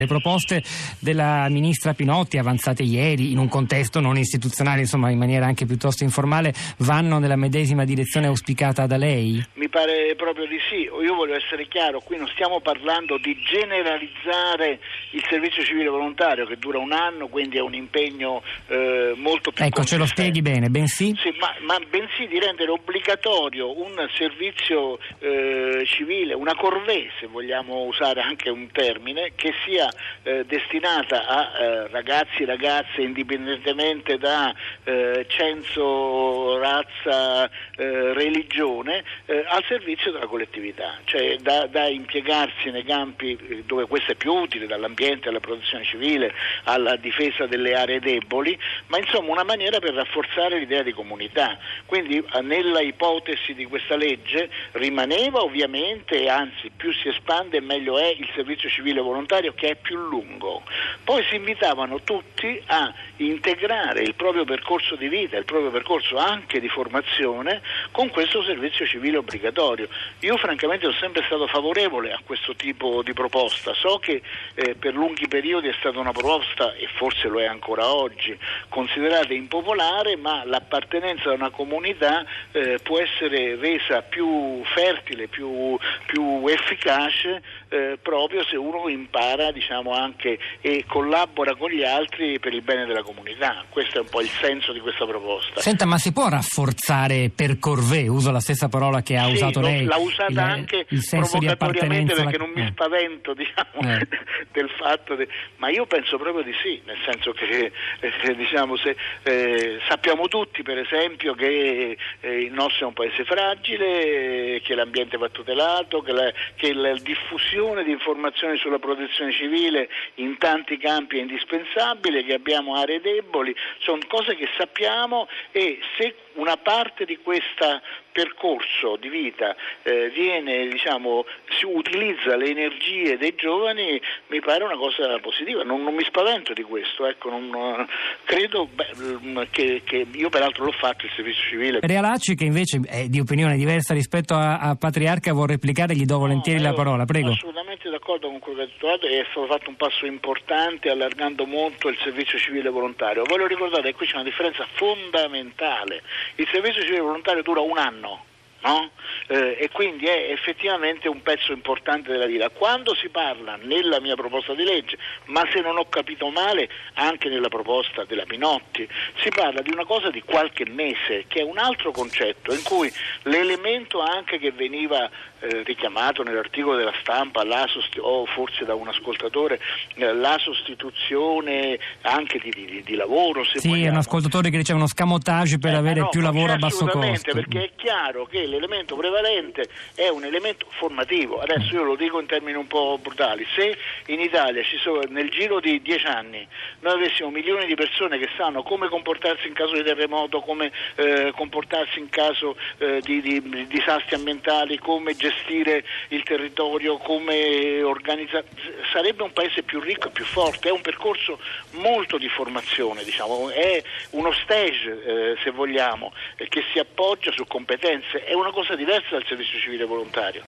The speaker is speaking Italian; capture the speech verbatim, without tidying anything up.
Le proposte della ministra Pinotti, avanzate ieri in un contesto non istituzionale, insomma in maniera anche piuttosto informale, vanno nella medesima direzione auspicata da lei? Mi pare proprio di sì. Io voglio essere chiaro, qui non stiamo parlando di generalizzare il servizio civile volontario che dura un anno, quindi è un impegno eh, molto più Ecco, ce lo spieghi bene, bensì? Sì, ma, ma bensì di rendere obbligatorio un servizio eh, civile, una corvée, se vogliamo usare anche un termine, che sia Eh, destinata a eh, ragazzi e ragazze indipendentemente da eh, censo, razza, eh, religione, eh, al servizio della collettività, cioè da, da impiegarsi nei campi dove questo è più utile, dall'ambiente alla protezione civile alla difesa delle aree deboli, ma insomma una maniera per rafforzare l'idea di comunità. Quindi eh, nella ipotesi di questa legge rimaneva ovviamente, anzi più si espande meglio è, il servizio civile volontario, che è più lungo. Poi si invitavano tutti a integrare il proprio percorso di vita, il proprio percorso anche di formazione con questo servizio civile obbligatorio. Io francamente sono sempre stato favorevole a questo tipo di proposta. So che eh, per lunghi periodi è stata una proposta, e forse lo è ancora oggi, considerata impopolare, ma l'appartenenza a una comunità eh, può essere resa più fertile, più, più efficace eh, proprio se uno impara, diciamo, anche e collabora con gli altri per il bene della comunità. Questo è un po' il senso di questa proposta. Senta, ma si può rafforzare per corvée? Uso la stessa parola che ha sì, usato lei. L'ha usata il, anche il senso di provocatoriamente, appartenenza, perché la... non mi eh. spavento, diciamo, eh. del fatto de... ma io penso proprio di sì, nel senso che eh, diciamo se eh, sappiamo tutti, per esempio, che eh, il nostro è un paese fragile, eh, che l'ambiente va tutelato, che la, che la diffusione di informazioni sulla protezione civile in tanti campi è indispensabile, che abbiamo aree deboli, sono cose che sappiamo, e se una parte di questo percorso di vita eh, viene, diciamo, si utilizza le energie dei giovani, mi pare una cosa positiva. Non, non mi spavento di questo, ecco, non, credo beh, che, che io peraltro l'ho fatto il servizio civile. Realacci, che invece è di opinione diversa rispetto a, a Patriarca, vuol replicare, gli do volentieri no, la parola, prego. Assolutamente d'accordo con quello che ha detto, è stato fatto un passo importante allargando molto il servizio civile volontario. Voglio ricordare che qui c'è una differenza fondamentale: il servizio civile volontario dura un anno, no? Eh, e quindi è effettivamente un pezzo importante della vita. Quando si parla nella mia proposta di legge, ma se non ho capito male anche nella proposta della Pinotti, si parla di una cosa di qualche mese, che è un altro concetto, in cui l'elemento anche che veniva eh, richiamato nell'articolo della Stampa, la sost- o forse da un ascoltatore, eh, la sostituzione anche di, di, di lavoro, se sì, vogliamo. È un ascoltatore che riceve uno scamotage per eh, avere no, più lavoro a basso costo. Perché è chiaro che l'elemento prevalente è un elemento formativo. Adesso io lo dico in termini un po' brutali: se in Italia ci sono, nel giro di dieci anni noi avessimo milioni di persone che sanno come comportarsi in caso di terremoto, come eh, comportarsi in caso eh, di, di, di disastri ambientali, come gestire il territorio, come organizzare, sarebbe un paese più ricco e più forte. È un percorso molto di formazione, diciamo, è uno stage eh, se vogliamo, eh, che si appoggia su competenze. È una cosa diversa dal servizio civile volontario.